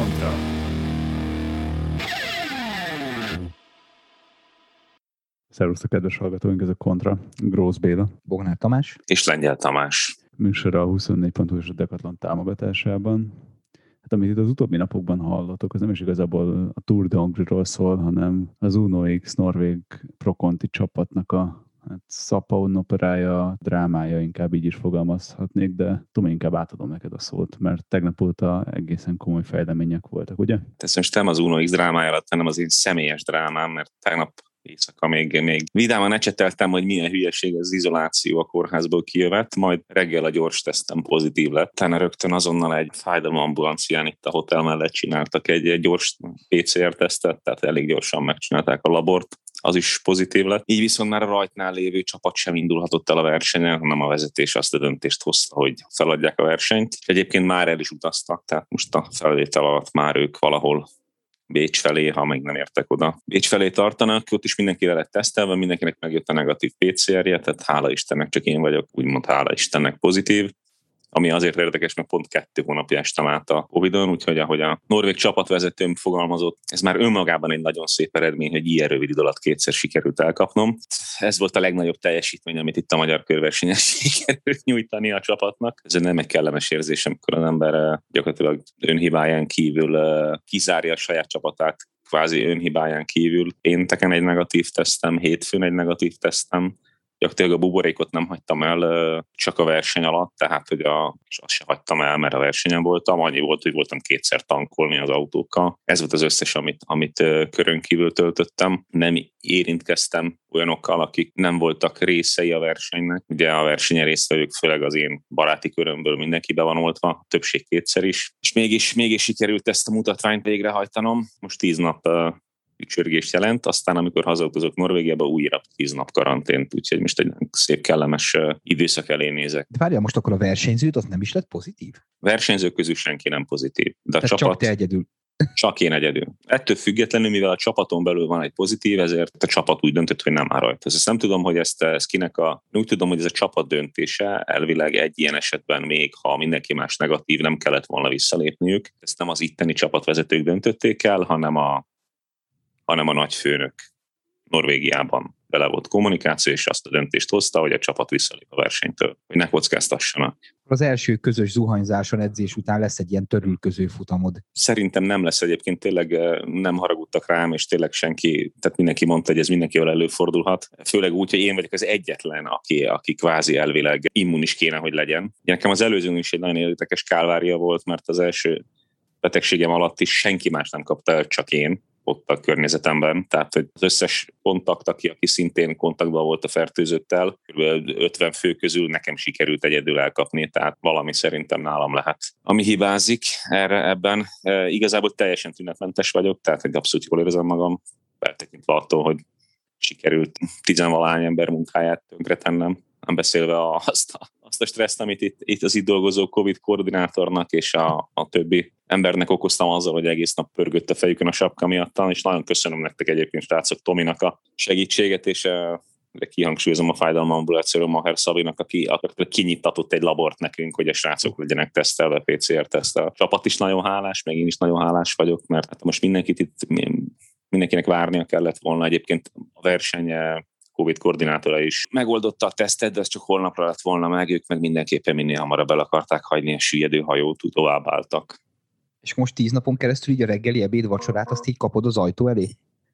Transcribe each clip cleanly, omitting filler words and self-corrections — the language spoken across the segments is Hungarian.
Kontra. Szervusztok, kedves hallgatóink, ez a Kontra. Grósz Béla, Bognár Tamás és Lengyel Tamás. Műsora a 24.hu és a Decathlon támogatásában. Hát amit itt az utóbbi napokban hallotok, az nem is igazából a Tour de Hongrie-ról szól, hanem az Uno X norvég pro-conti csapatnak a Sapa operája, drámája, inkább így is fogalmazhatnék, de Tomi, inkább átadom neked a szót, mert tegnap óta egészen komoly fejlemények voltak, ugye? Ez most nem az Uno X drámája alatt, hanem az én személyes drámám, mert tegnap éjszaka még vidáman ecseteltem, hogy milyen hülyeség ez az izoláció a kórházból kijövet, majd reggel a gyors tesztem pozitív lett. Utána rögtön azonnal egy fájdalomambulancián itt a hotel mellett csináltak egy gyors PCR-tesztet, tehát elég gyorsan megcsinálták a labort. Az is pozitív lett. Így viszont már a rajtnál lévő csapat sem indulhatott el a versenyen, hanem a vezetés azt a döntést hozta, hogy feladják a versenyt. Egyébként már el is utaztak, tehát most a felvétel alatt már ők valahol Bécs felé, ha még nem értek oda. Bécs felé tartanak, ott is mindenkire lett tesztelve, mindenkinek megjött a negatív PCR-je, tehát hála Istennek csak én vagyok, úgymond hála Istennek pozitív. Ami azért érdekes, mert pont 2 hónapja estem át a Covid-on, úgyhogy ahogy a norvég csapatvezetőm fogalmazott, ez már önmagában egy nagyon szép eredmény, hogy ilyen rövid idő alatt 2-szer sikerült elkapnom. Ez volt a legnagyobb teljesítmény, amit itt a magyar körversenyen sikerült nyújtani a csapatnak. Ez nem egy kellemes érzés, amikor az ember gyakorlatilag önhibáján kívül kizárja a saját csapatát, kvázi önhibáján kívül. Pénteken egy negatív tesztem, hétfőn egy negatív tesztem, gyakorlatilag a buborékot nem hagytam el csak a verseny alatt, tehát hogy és azt sem hagytam el, mert a versenyen voltam. Annyi volt, hogy voltam 2-szer tankolni az autókkal. Ez volt az összes, amit körön kívül töltöttem. Nem érintkeztem olyanokkal, akik nem voltak részei a versenynek. Ugye a versenyen résztvevők, főleg az én baráti körömből mindenki be van oltva, többség 2-szer is. És mégis sikerült ezt a mutatványt végrehajtanom. Most 10 nap ücsörgést jelent, aztán amikor hazautazok Norvégiába, újra 10 nap karantént, úgyhogy most egy szép kellemes időszak elé nézek. De várjál, most akkor a versenyzőt az nem is lett pozitív? Versenyzők közül senki nem pozitív. De a csapat, csak te egyedül. Csak én egyedül. Ettől függetlenül, mivel a csapaton belül van egy pozitív, ezért a csapat úgy döntött, hogy nem áll rajta. Ezt nem tudom, hogy ezt kinek úgy tudom, hogy ez a csapat döntése, elvileg egy ilyen esetben még, ha mindenki más negatív, nem kellett volna visszalépniük. Ezt nem az itteni csapatvezetők döntötték el, hanem a nagyfőnök Norvégiában bele volt kommunikáció, és azt a döntést hozta, hogy a csapat visszalép a versenytől, hogy ne kockáztassanak. Az első közös zuhanyzáson edzés után lesz egy ilyen törülköző futamod. Szerintem nem lesz egyébként, tényleg nem haragudtak rám, és tényleg senki, tehát mindenki mondta, hogy ez mindenkivel előfordulhat. Főleg úgy, hogy én vagyok az egyetlen, aki kvázi elvileg immunis kéne, hogy legyen. Nekem az előzőn is egy nagyon érdekes kálvária volt, mert az első betegségem alatt is senki más nem kapta el, csak én ott a környezetemben, tehát hogy az összes kontakt, aki szintén kontaktban volt a fertőzöttel, kb. 50 fő közül nekem sikerült egyedül elkapni, tehát valami szerintem nálam lehet. Ami hibázik ebben, igazából teljesen tünetmentes vagyok, tehát egy abszolút jól érzem magam, eltekintve attól, hogy sikerült 10-valahány ember munkáját tönkretennem, nem beszélve azt a stresszt, amit itt az itt dolgozó Covid koordinátornak és a többi embernek okoztam azzal, hogy egész nap pörgött a fejükön a sapka miattan, és nagyon köszönöm nektek egyébként, srácok, Tominak a segítséget, és kihangsúlyozom a fájdalomambulációról Maher Szabinak, aki kinyitatott egy labort nekünk, hogy a srácok legyenek tesztelve, PCR-tesztelve. A csapat is nagyon hálás, meg én is nagyon hálás vagyok, mert hát most mindenkinek várnia kellett volna. Egyébként a verseny Covid koordinátora is megoldotta a tesztet, de ez csak holnapra lett volna meg, ők meg mindenképpen minél hamarabb el akarták hagyni a süllyedő hajót, tovább álltak. És most 10 napon keresztül így a reggeli ebéd vacsorát azt így kapod az ajtó elé?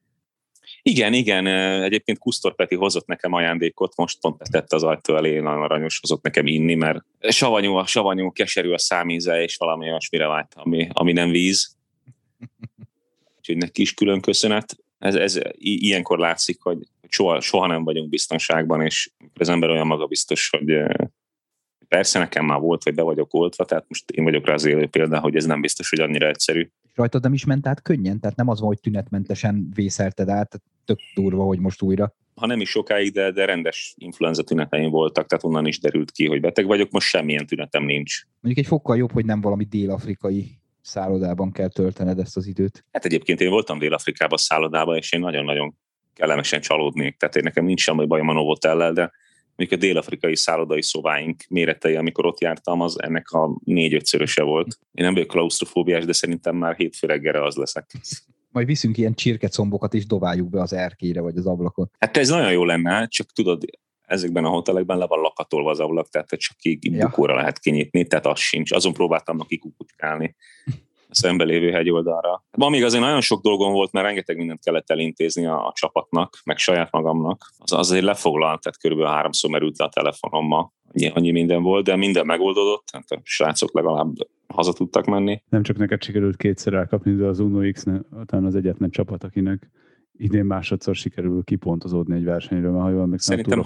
Igen. Egyébként Kusztor Peti hozott nekem ajándékot, most pont tette az ajtó elé, nagyon aranyos, hozott nekem inni, mert savanyú, keserű a számíze, és valami olyasmire vágyt, ami nem víz. Úgyhogy neki is külön köszönet. Ez ilyenkor látszik, hogy soha nem vagyunk biztonságban, és az ember olyan magabiztos, hogy persze nekem már volt, hogy be vagyok oltva, tehát most én vagyok rá az élő példa, hogy ez nem biztos, hogy annyira egyszerű. Rajtad nem is ment át könnyen? Tehát nem az van, hogy tünetmentesen vészelted át, tök durva, hogy most újra. Ha nem is sokáig, de rendes influenza tüneteim voltak, tehát onnan is derült ki, hogy beteg vagyok, most semmilyen tünetem nincs. Mondjuk egy fokkal jobb, hogy nem valami dél-afrikai szállodában kell töltened ezt az időt. Hát egyébként én voltam Dél-Afrikában szállodában, és én nagyon-nagyon kellemesen csalódnék. Tehát én nekem nincs semmi bajom a Novotellel, de mondjuk a dél-afrikai szállodai szobáink méretei, amikor ott jártam, az ennek a 4-5-szöröse volt. Én nem vagyok klausztrofóbiás, de szerintem már hétfő reggelre az leszek. Majd viszünk ilyen csirkecombokat és dobáljuk be az erkélyre vagy az ablakon. Hát ez nagyon jó lenne, csak tudod, ezekben a hotelekben le van lakatolva az ablak, tehát csak így bukóra lehet kinyitni, tehát az sincs. Azon próbáltam neki kukucskálni a szembe lévő hegyoldalra. Ma még azért nagyon sok dolgom volt, mert rengeteg mindent kellett elintézni a csapatnak, meg saját magamnak. Az azért lefoglalt, tehát körülbelül 3-szor merült le a telefonommal. Annyi minden volt, de minden megoldódott, tehát a srácok legalább haza tudtak menni. Nem csak neked sikerült kétszer elkapni, de az Uno X talán az egyetlen csapat, akinek idén másodszor sikerül kipontozódni egy versenyről, mert ha jól emlékszem, szerintem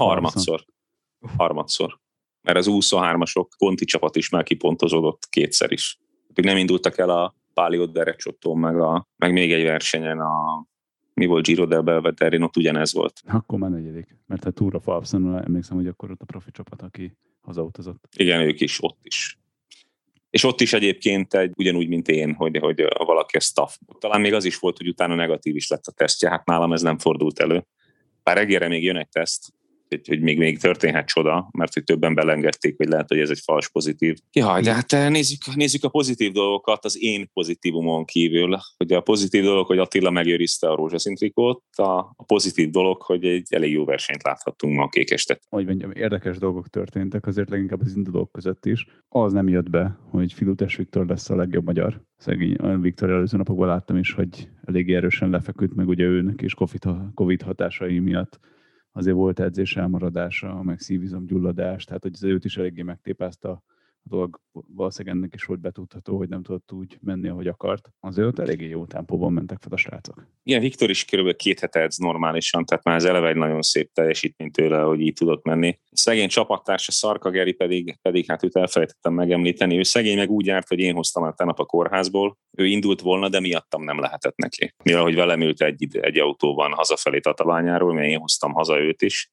harmadszor. Mert az 23-asok ponti csapat is már kipontozódott kétszer is. Nem indultak el a Palio de Reciottón, meg még egy versenyen mi volt Giro del Belvedere, ott ugyanez volt. Akkor már negyedik, mert a Tour of Alpsonról emlékszem, hogy akkor ott a profi csapat, aki hazautazott. Igen, ők is, ott is. És ott is egyébként ugyanúgy, mint én, hogy valaki a staff. Talán még az is volt, hogy utána negatív is lett a tesztje, hát nálam ez nem fordult elő. Bár reggelre még jön egy teszt, hogy még történhet csoda, mert hogy többen belengedték, hogy lehet, hogy ez egy fals pozitív. Jaj, de hát nézzük a pozitív dolgokat az én pozitívumon kívül. Hogy a pozitív dolog, hogy Attila megőrizte a rózsaszín trikót, a pozitív dolog, hogy egy elég jó versenyt láthattunk ma a Kékestet. Hogy mondjam, érdekes dolgok történtek, azért leginkább az indulók között is. Az nem jött be, hogy Filutes Viktor lesz a legjobb magyar. Szegény Viktor előző napokban láttam is, hogy elég erősen lefeküdt, meg ugye őnek is Covid hatásai miatt azért volt edzés elmaradása, meg szívizomgyulladás, tehát hogy az őt is eléggé megtépázta a dolog. Valószínűleg ennek is volt betudható, hogy nem tudott úgy menni, ahogy akart. Azért ott eléggé jó tempóban mentek fel a srácok. Igen, Viktor is kb. 2 hete edz normálisan, tehát már ez eleve egy nagyon szép teljesítmény tőle, hogy így tudott menni. A szegény csapattársa Szarka Geri pedig hát őt elfelejtettem megemlíteni. Ő szegény meg úgy járt, hogy én hoztam el tegnap a kórházból. Ő indult volna, de miattam nem lehetett neki. Mivel, hogy velem ült egy autóban hazafelé Tatabányáról, mert én hoztam haza őt is.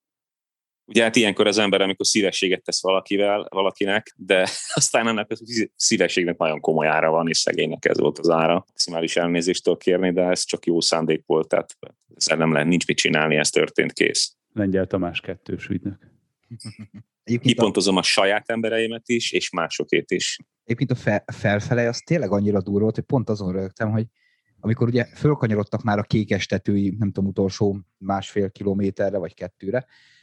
Ugye hát ilyenkor az ember, amikor szívességet tesz valakinek, de aztán ennek a szívességnek nagyon komoly ára van, és szegénynek ez volt az ára. Maximális elnézéstől kérni, de ez csak jó szándék volt, tehát ezzel nem lehet, nincs mit csinálni, ez történt, kész. Lengyel Tamás 2-s ügynök. Kipontozom a saját embereimet is, és másokét is. Egyébként a felfele az tényleg annyira durva volt, hogy pont azon rögtem, hogy amikor ugye fölkanyarodtak már a Kékestetői, nem tudom, utolsó 1,5 kilométerre vagy 2-re,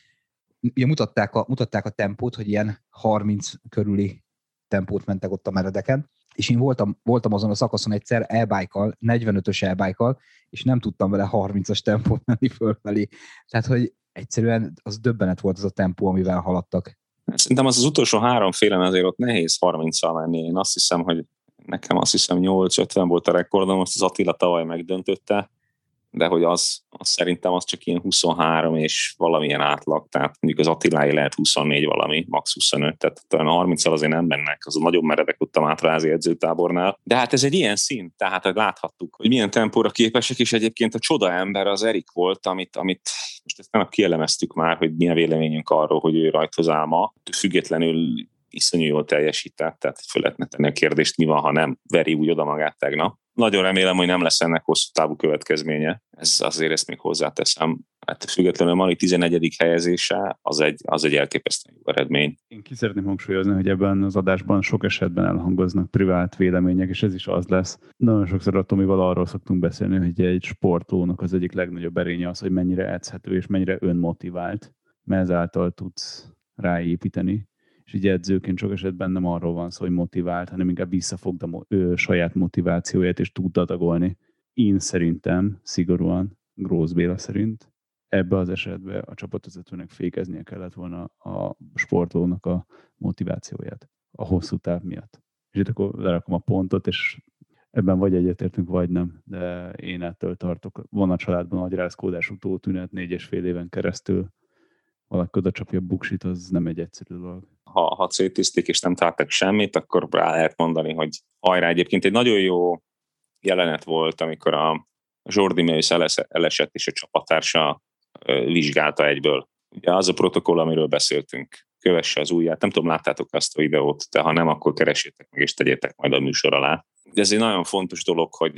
ugye mutatták a tempót, hogy ilyen 30 körüli tempót mentek ott a meredeken, és én voltam azon a szakaszon egyszer e-bike-kal, 45-ös e-bike-kal, és nem tudtam vele 30-as tempót menni fölfelé. Tehát, hogy egyszerűen az döbbenet volt az a tempó, amivel haladtak. Szerintem az utolsó 3 félen azért ott nehéz 30-al menni. Én azt hiszem, hogy nekem 8-50 volt a rekordom, most az Attila tavaly megdöntötte, de hogy az szerintem az csak ilyen 23 és valamilyen átlag, tehát mondjuk az Attilái lehet 24 valami, max 25, tehát talán a 30-al azért nem mennek, az nagyon meredek ott a Mátrázi edzőtábornál. De hát ez egy ilyen szint, tehát hogy láthattuk, hogy milyen tempóra képesek, és egyébként a csoda ember az Erik volt, amit most ezt nem kielemeztük már, hogy milyen véleményünk arról, hogy ő rajthoz áll ma, függetlenül iszonyú jól teljesített, tehát föl lehetne tenni a kérdést, mi van, ha nem veri úgy oda magát tegnap. Nagyon remélem, hogy nem lesz ennek hosszú távú következménye. Azért ezt még hozzáteszem. Hát függetlenül Mari 14. helyezése az egy elképesztően jó eredmény. Én ki szeretném hangsúlyozni, hogy ebben az adásban sok esetben elhangoznak privát vélemények, és ez is az lesz. Nagyon sokszor a Tomival arról szoktunk beszélni, hogy egy sportolónak az egyik legnagyobb erénye az, hogy mennyire edzhető és mennyire önmotivált, mert ezáltal tudsz ráépíteni. És így edzőként sok esetben nem arról van szó, hogy motivált, hanem inkább visszafogda saját motivációját, és tud adagolni. Én szerintem, szigorúan, Grósz Béla szerint, ebbe az esetben a csapatvezetőnek fékeznie kellett volna a sportolónak a motivációját a hosszú táv miatt. És itt akkor lerakom a pontot, és ebben vagy egyetértünk, vagy nem, de én ettől tartok. Van a családban agyrázkódás utótünet 4,5 éven keresztül, valaki oda csapja a buksit, az nem egy egyszerű dolog. Ha szétisztik és nem találtak semmit, akkor rá lehet mondani, hogy hajrá. Egyébként egy nagyon jó jelenet volt, amikor a Jordi Meus elesett és a csapattársa vizsgálta egyből. Ugye az a protokoll, amiről beszéltünk, kövesse az ujját. Nem tudom, láttátok azt a videót, de ha nem, akkor keresétek meg és tegyétek majd a műsor alá. De ez egy nagyon fontos dolog, hogy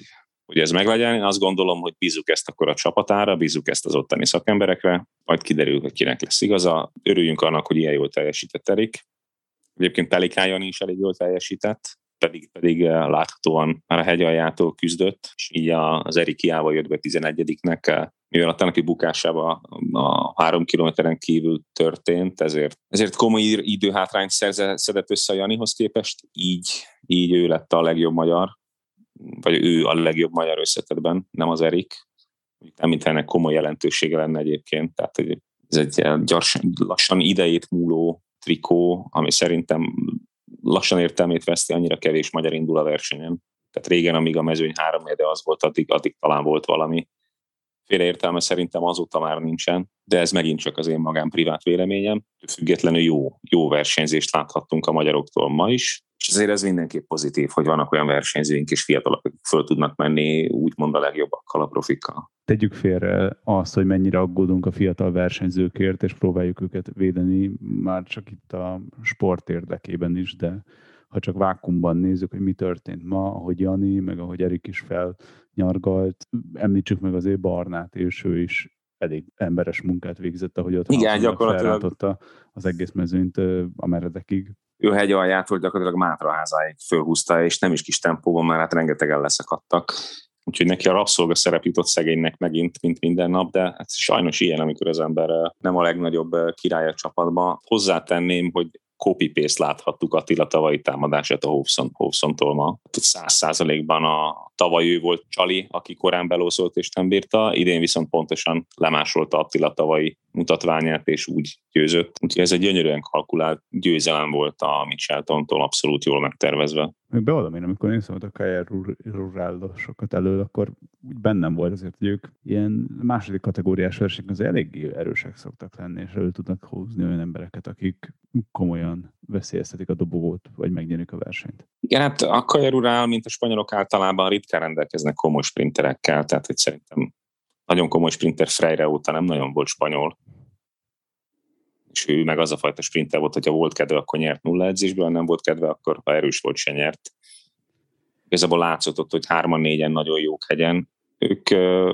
hogy ez meglegyen. Én azt gondolom, hogy bízzuk ezt akkor a csapatára, bízzuk ezt az ottani szakemberekre, majd kiderül, hogy kinek lesz igaza. Örüljünk annak, hogy ilyen jól teljesített Erik. Egyébként Pelikán Jani is elég jól teljesített, pedig láthatóan már a hegyaljától küzdött, és így az Erik hiába jött be 11-nek, mivel a tanaki bukásában a 3 kilométeren kívül történt, ezért komoly időhátrányt szedett össze a Janihoz képest, így ő lett a legjobb magyar, vagy ő a legjobb magyar összetetben, nem az Erik. Nem mintha ennek komoly jelentősége lenne egyébként, tehát ez egy lassan idejét múló trikó, ami szerintem lassan értelmét veszti, annyira kevés magyar indul a versenyen. Tehát régen, amíg a mezőny 3 de az volt, addig talán volt valami. Félreértelme szerintem azóta már nincsen, de ez megint csak az én magán privát véleményem. Függetlenül jó versenyzést láthattunk a magyaroktól ma is, és azért ez mindenképp pozitív, hogy vannak olyan versenyzőink és fiatalok, akik föl tudnak menni úgymond a legjobbakkal, a profikkal. Tegyük félre azt, hogy mennyire aggódunk a fiatal versenyzőkért, és próbáljuk őket védeni már csak itt a sport érdekében is, de ha csak vákumban nézzük, hogy mi történt ma, ahogy Jani, meg ahogy Erik is felnyargalt, említsük meg azért Barnát, és ő is elég emberes munkát végzett, ahogy ott felrántotta az egész mezőnyt a meredekig. Ő hegyaljától gyakorlatilag Mátraházáig fölhúzta, és nem is kis tempóban, mert hát rengetegen leszakadtak. Úgyhogy neki a rabszolga szerep jutott szegénynek megint, mint minden nap, de hát sajnos ilyen, amikor az ember nem a legnagyobb király a csapatban. Hozzátenném, hogy copy-paste láthattuk Attila tavalyi támadását a Hobsontól ma. 100%-ban a tavaly ő volt Csali, aki korán belószolt és nem bírta, idén viszont pontosan lemásolta Attila tavalyi mutatványát és úgy győzött. Úgyhogy ez egy gyönyörűen kalkulált győzelem volt a Mitcheltontól, abszolút jól megtervezve. Bevallom én, amikor néztem a KR rurálosokat elől, akkor úgy bennem volt azért, hogy ők ilyen második kategóriás versenyek azért eléggé erősek szoktak lenni, és elő tudnak húzni olyan embereket, akik komolyan veszélyeztetik a dobogót, vagy megnyerik a versenyt. Igen, hát a KR Rural, mint a spanyolok általában ritkán rendelkeznek komoly sprinterekkel, tehát hogy szerintem nagyon komoly sprinter Freire óta nem nagyon volt spanyol. És ő meg az a fajta sprinter volt, hogyha volt kedve, akkor nyert 0 edzésből, nem volt kedve, akkor ha erős volt, se nyert. Igazából látszott ott, hogy 3-4-en nagyon jók hegyen. Ők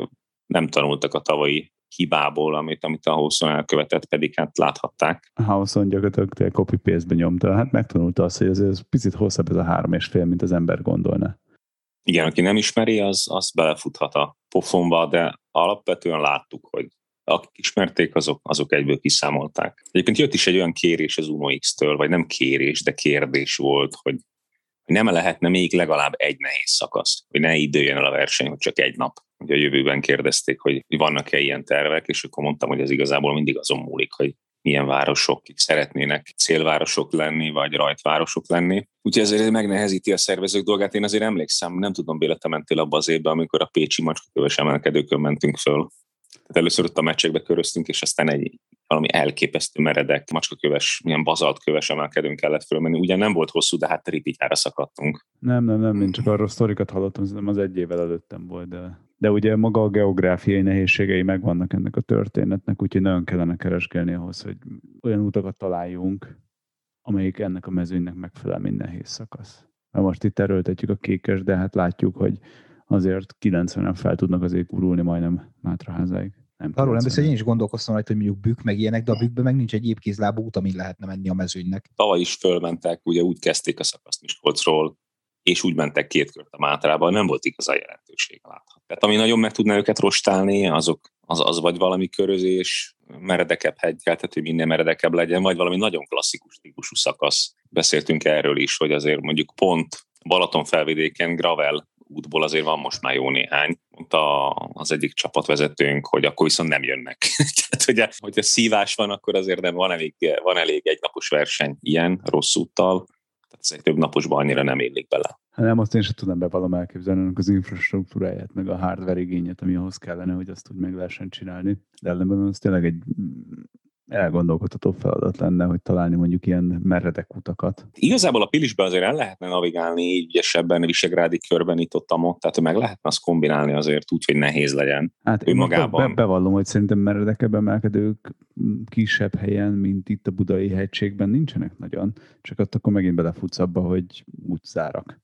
nem tanultak a tavalyi hibából, amit a Hawson elkövetett, pedig hát láthatták. A Hawson gyakorlatilag copy-paste-be nyomta. Hát megtanulta azt, hogy ez picit hosszabb ez a 3,5, mint az ember gondolna. Igen, aki nem ismeri, az belefuthat a pofonba, de alapvetően láttuk, hogy akik ismerték, azok egyből kiszámolták. Egyébként jött is egy olyan kérés az Uno X-től, vagy nem kérés, de kérdés volt, hogy nem lehetne még legalább egy nehéz szakasz, hogy ne időjön el a verseny, hogy csak egy nap. Ugye a jövőben kérdezték, hogy vannak-e ilyen tervek, és akkor mondtam, hogy ez igazából mindig azon múlik, hogy milyen városok szeretnének célvárosok lenni, vagy rajtvárosok lenni. Úgyhogy ezért megnehezíti a szervezők dolgát. Én azért emlékszem, nem tudom, Béla, te mentél abba az évben, amikor a pécsi macskaköves emelkedőkön mentünk föl. Tehát először ott a meccsekbe köröztünk, és aztán egy valami elképesztő meredek macskaköves, milyen bazaltköves emelkedőn kellett fölmenni. Ugyan nem volt hosszú, de hát ripityára szakadtunk. Nem, én csak arról sztorikat hallottam, szerintem az 1 évvel előttem volt, de ugye maga a geográfiai nehézségei megvannak ennek a történetnek, úgyhogy nagyon kellene keresgélni ahhoz, hogy olyan utakat találjunk, amelyik ennek a mezőnynek megfelel, mint nehéz szakasz. Mert most itt erőltetjük a kékes, de hát látjuk, hogy azért 90-en fel tudnak azért gurulni majdnem Mátraházáig. Arról nem beszél, hogy én is gondolkoztam rajta, hogy mondjuk bükk meg ilyenek, de a bükkben meg nincs egy épkézlábú út, amin lehetne menni a mezőnynek. Tavaly is fölmentek, ugye úgy kezdték a szakaszt Miskolcról, és úgy mentek 2 kört a Mátrában, nem volt igazán jelentőség látható. Tehát ami nagyon meg tudná őket rostálni, az vagy valami körözés, meredekebb hegykel, tehát hogy minden meredekebb legyen, vagy valami nagyon klasszikus típusú szakasz. Beszéltünk erről is, hogy azért mondjuk pont Balaton felvidéken gravel útból azért van most már jó néhány. Mondta az egyik csapatvezetőnk, hogy akkor viszont nem jönnek. Tehát, hogyha szívás van, akkor azért nem van elég egynapos verseny ilyen rossz úttal. Tehát ezek több naposban annyira nem illik bele. Hát nem, azt én sem tudom bevallom elképzelni annak az infrastruktúráját, meg a hardware igényet, ami ahhoz kellene, hogy azt úgy meg lehessen csinálni. De ellenben az tényleg egy elgondolkodható feladat lenne, hogy találni mondjuk ilyen meredek utakat. Igazából a Pilisben azért el lehetne navigálni így ügyesebben, visegrádi körben itt-ott, tehát meg lehetne azt kombinálni azért úgy, hogy nehéz legyen. Hát én magában bevallom, hogy szerintem meredekebb emelkedők kisebb helyen, mint itt a Budai hegységben nincsenek nagyon, csak ott akkor megint belefutsz abba, hogy útzárak.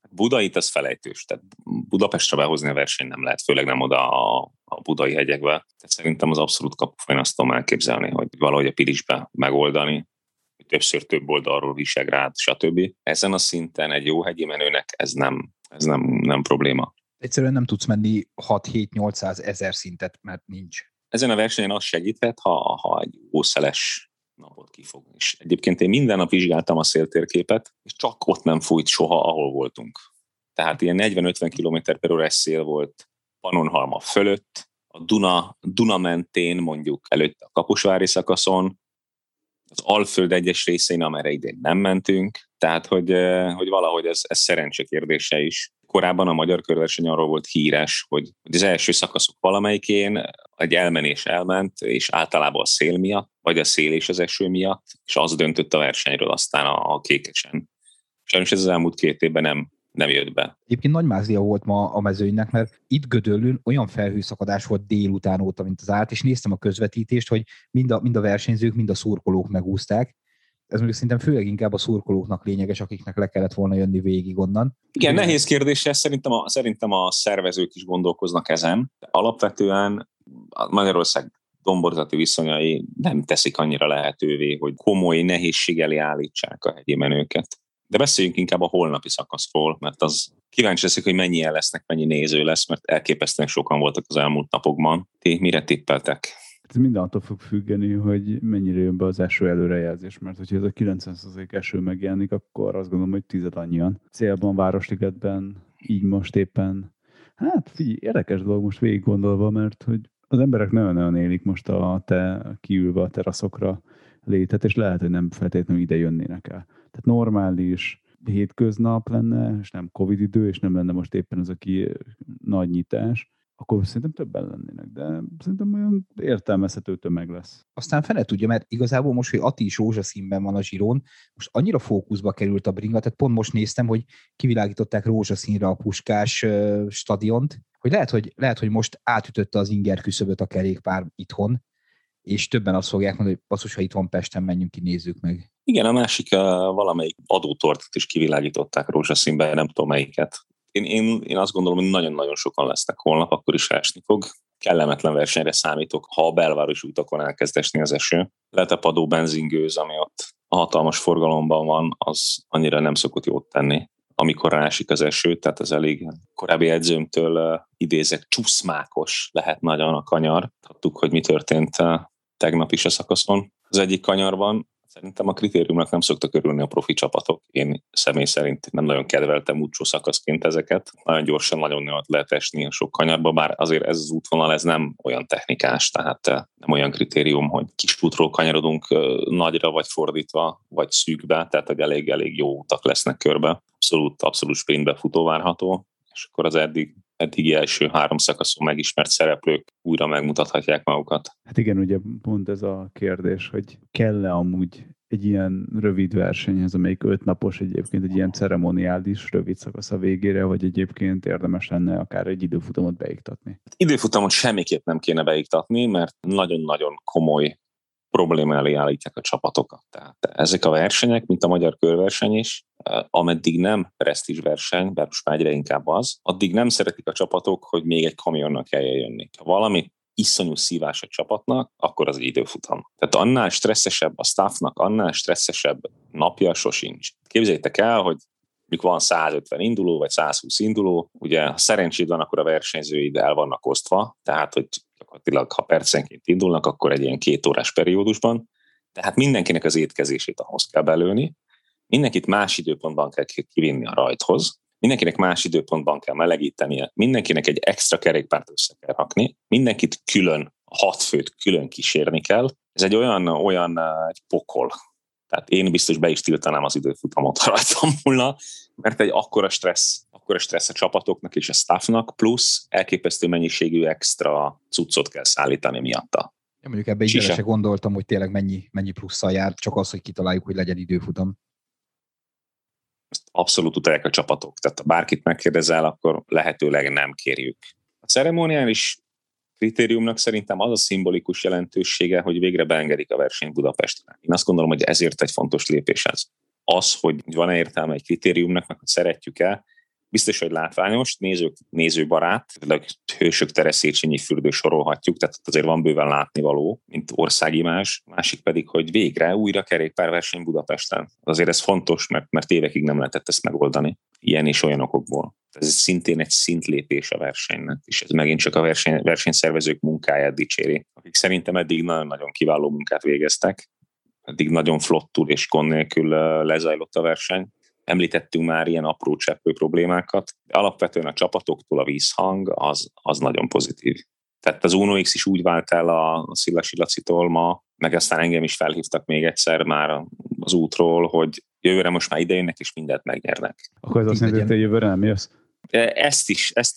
Budait az felejtős, tehát Budapestre behozni a versenyt nem lehet, főleg nem oda a budai hegyekbe. Tehát szerintem az abszolút kapufajon azt tudom elképzelni, hogy valahogy a Pilisbe megoldani, többször több oldalról Visegrád, stb. Ezen a szinten egy jó hegyi menőnek ez nem probléma. Egyszerűen nem tudsz menni 6-7-800 ezer szintet, mert nincs. Ezen a versenyen az segíthet, ha egy ószeles napot kifogni. És egyébként én minden nap vizsgáltam a széltérképet, és csak ott nem fújt soha, ahol voltunk. Tehát ilyen 40-50 km/h szél volt Pannonhalma fölött, a Duna mentén, mondjuk előtt a Kaposvári szakaszon, az Alföld egyes részén, amerre idén nem mentünk, tehát hogy valahogy ez szerencse kérdése is. Korábban a magyar körverseny arról volt híres, hogy az első szakaszok valamelyikén egy elmenés elment, és általában a szél miatt, vagy a szél és az eső miatt, és az döntött a versenyről aztán a kékesen. Sajnos ez az elmúlt 2 évben nem jött be. Egyébként nagy mázlia volt ma a mezőnynek, mert itt Gödöllőn olyan felhőszakadás volt délután óta, mint az állt, és néztem a közvetítést, hogy mind a versenyzők, mind a szurkolók megúzták. Ez mondjuk szerintem főleg inkább a szurkolóknak lényeges, akiknek le kellett volna jönni végig onnan. Igen, nehéz kérdés ez, szerintem a szervezők is gondolkoznak ezen. Alapvetően Magyarország domborzati viszonyai nem teszik annyira lehetővé, hogy komoly nehézség elé állítsák a hegyi menőket. De beszéljünk inkább a holnapi szakaszról, mert az kíváncsi leszek, hogy mennyien lesznek, mennyi néző lesz, mert elképesztően sokan voltak az elmúlt napokban. Ti mire tippeltek? Ez minden attól fog függeni, hogy mennyire jön be az eső előrejelzés, mert hogyha ez a 90% eső megjelenik, akkor azt gondolom, hogy 10 annyian. Célban, Városligetben, így most éppen, hát figyelj, érdekes dolog most végig gondolva, mert hogy az emberek nagyon-nagyon élik most kiülve a teraszokra létet, és lehet, hogy nem feltétlenül ide jönnének el. Tehát normális hétköznap lenne, és nem Covid idő, és nem lenne most éppen ez a nagy nyitás, akkor szerintem többen lennének, de szerintem olyan értelmezhető tömeg lesz. Aztán fene tudja, mert igazából most, hogy Ati is rózsaszínben van a zsirón, most annyira fókuszba került a bringa, tehát pont most néztem, hogy kivilágították rózsaszínre a Puskás stadiont, hogy lehet, hogy most átütötte az inger küszöböt a kerékpár itthon, és többen azt fogják mondani, hogy basszus, ha itt van Pesten, menjünk ki, nézzük meg. Igen, a másik valamelyik adótortot is kivilágították rózsaszínben, nem tudom melyiket. Én azt gondolom, hogy nagyon-nagyon sokan lesznek holnap, akkor is esni fog. Kellemetlen versenyre számítok, ha a belvárosi utakon elkezd esni az eső. Letepadó benzingőz, ami ott a hatalmas forgalomban van, az annyira nem szokott jót tenni, amikor rásik az eső, tehát az elég korábbi edzőmtől idézek, csuszmákos lehet nagyon a kanyar. Tudtuk, hogy mi történt tegnap is a szakaszon. Az egyik kanyarban szerintem a kritériumnak nem szoktak örülni a profi csapatok. Én személy szerint nem nagyon kedveltem útsó szakaszként ezeket. Nagyon gyorsan, nagyon nagyot lehet esni a sok kanyarba, bár azért ez az útvonal ez nem olyan technikás, tehát nem olyan kritérium, hogy kis útról kanyarodunk nagyra, vagy fordítva, vagy szűkbe, tehát hogy elég jó utak lesznek körbe. Abszolút sprintbe futó várható, és akkor az eddigi első 3 szakaszon megismert szereplők újra megmutathatják magukat. Hát igen, ugye pont ez a kérdés, hogy kell-e amúgy egy ilyen rövid versenyhez, amelyik 5 napos egyébként, egy ilyen ceremoniális rövid szakasz a végére, vagy egyébként érdemes lenne akár egy időfutamot beiktatni? Időfutamot semmiképp nem kéne beiktatni, mert nagyon-nagyon komoly probléma elé állítják a csapatokat. Tehát ezek a versenyek, mint a magyar körverseny is, ameddig nem presztízs verseny, bár most már egyre inkább az, addig nem szeretik a csapatok, hogy még egy kamionnak kelljen jönni. Ha valami iszonyú szívás a csapatnak, akkor az egy időfutam. Tehát annál stresszesebb a staffnak, annál stresszesebb napja sosincs. Képzeljétek el, hogy mikor van 150 induló, vagy 120 induló, ugye ha szerencséd van, akkor a versenyzőid el vannak osztva, tehát hogy gyakorlatilag, ha percenként indulnak, akkor egy ilyen 2 órás periódusban, tehát mindenkinek az étkezését ahhoz kell belőni, mindenkit más időpontban kell kivinni a rajthoz, mindenkinek más időpontban kell melegítenie, mindenkinek egy extra kerékpárt össze kell rakni, mindenkit külön, 6 főt külön kísérni kell. Ez egy olyan egy pokol. Tehát én biztos be is tiltanám az időfutamot, ha rajtam múlna, mert egy akkora stressz a csapatoknak és a staffnak, plusz elképesztő mennyiségű extra cuccot kell szállítani miatta. Én mondjuk ebbe így se gondoltam, hogy tényleg mennyi plusszal jár, csak az, hogy kitaláljuk, hogy legyen időfutam. Ezt abszolút utálják a csapatok. Tehát ha bárkit megkérdezel, akkor lehetőleg nem kérjük. A ceremoniális kritériumnak szerintem az a szimbolikus jelentősége, hogy végre beengedik a versenyt Budapestre. Én azt gondolom, hogy ezért egy fontos lépés ez. Az, hogy van-e értelme egy kritériumnak, meg hogy szeretjük-e, Biztos, hogy látványos, nézőbarát, Hősök tere, Széchenyi fürdő sorolhatjuk, tehát azért van bőven látnivaló, mint országimázs. Másik pedig, hogy végre újra kerékpárverseny Budapesten. Azért ez fontos, mert évekig nem lehetett ezt megoldani, ilyen és olyan okokból. Ez szintén egy szintlépés a versenynek, és ez megint csak a versenyszervezők munkáját dicséri, akik szerintem eddig nagyon-nagyon kiváló munkát végeztek, eddig nagyon flottul és gond nélkül lezajlott a verseny. Említettünk már ilyen apró cseppő problémákat, de alapvetően a csapatoktól a vízhang az nagyon pozitív. Tehát az Uno X is úgy vált el a Szilasi Lacitól ma, meg aztán engem is felhívtak még egyszer már az útról, hogy jövőre most már idejönnek és mindent megnyernek. Akkor ez azt jelenti, hogy te jövőre nem jössz? Ezt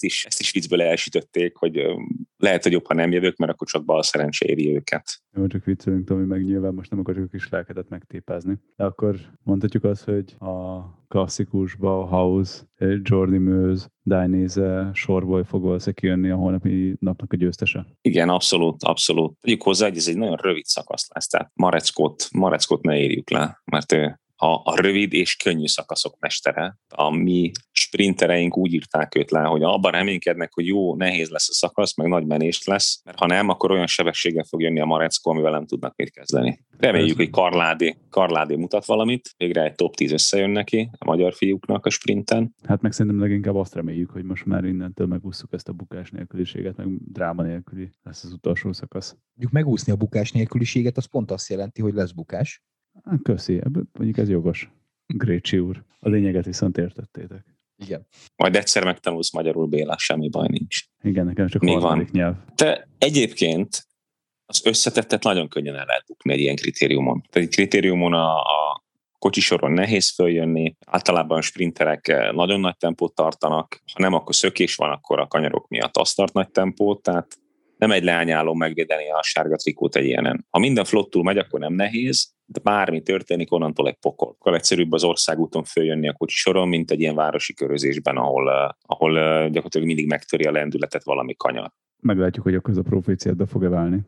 is viccből elsütötték, hogy lehet, hogy jobb, ha nem jövök, mert akkor csak bal szerencse éri őket. Jó, csak viccelünk, Tomi, meg nyilván most nem akarjuk a kis lelkedet megtépázni. De akkor mondhatjuk azt, hogy a klasszikus Bauhaus, Jordi Meuse, Dainese sorból fog valószínűleg kijönni a holnapi napnak a győztese. Igen, abszolút. Tegyük hozzá, hogy ez egy nagyon rövid szakasz lesz, tehát Mareckot ne érjük le, mert ő a rövid és könnyű szakaszok mestere. A mi sprintereink úgy írták őt le, hogy abban reménykednek, hogy jó, nehéz lesz a szakasz, meg nagy menést lesz, mert ha nem, akkor olyan sebességgel fog jönni a Marecko, amivel nem tudnak mit kezdeni. Reméljük, hogy Karládé mutat valamit, végre egy top 10 összejön neki, a magyar fiúknak a sprinten. Hát meg szerintem leginkább azt reméljük, hogy most már innentől megússzuk ezt a bukás nélküliséget, meg dráma nélküli lesz az utolsó szakasz. Mondjuk megúszni a bukás nélküliséget, az pont azt jelenti, hogy lesz bukás. Köszi, mondjuk ez jogos. Grécsi úr. A lényeget viszont értettétek. Igen. Majd egyszer megtanulsz magyarul, Béla, semmi baj nincs. Igen, nekem csak még harmadik van nyelv. Te egyébként az összetettet nagyon könnyen el lehet bukni egy ilyen kritériumon. Tehát egy kritériumon a kocsisoron nehéz följönni, általában a sprinterek nagyon nagy tempót tartanak, ha nem, akkor szökés van, akkor a kanyarok miatt azt tart nagy tempót, tehát nem egy leányáló megvédeni a sárga trikót egy ilyenen. Ha minden flottul megy, akkor nem nehéz, de bármi történik, onnantól egy pokol. Akkor egyszerűbb az országúton följönni a kocsisoron, mint egy ilyen városi körözésben, ahol gyakorlatilag mindig megtöri a lendületet valami kanyar. Meglátjuk, hogy akkor ez a proféciát be fog-e válni.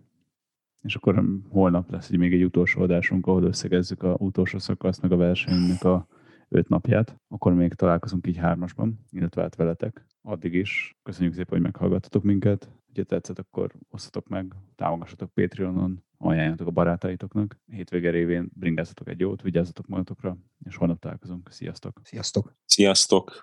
És akkor holnap lesz még egy utolsó adásunk, ahol összegezzük a utolsó szakaszt, meg a versenynek a 5 napját. Akkor még találkozunk így 3-asban, illetve hát veletek. Addig is köszönjük szépen, hogy meghallgattatok minket. Ha tetszett, akkor osztatok meg, támogassatok Patreonon, ajánljatok a barátaitoknak. Hétvége révén bringázzatok egy jót, vigyázzatok magatokra, és holnap találkozunk. Sziasztok! Sziasztok! Sziasztok!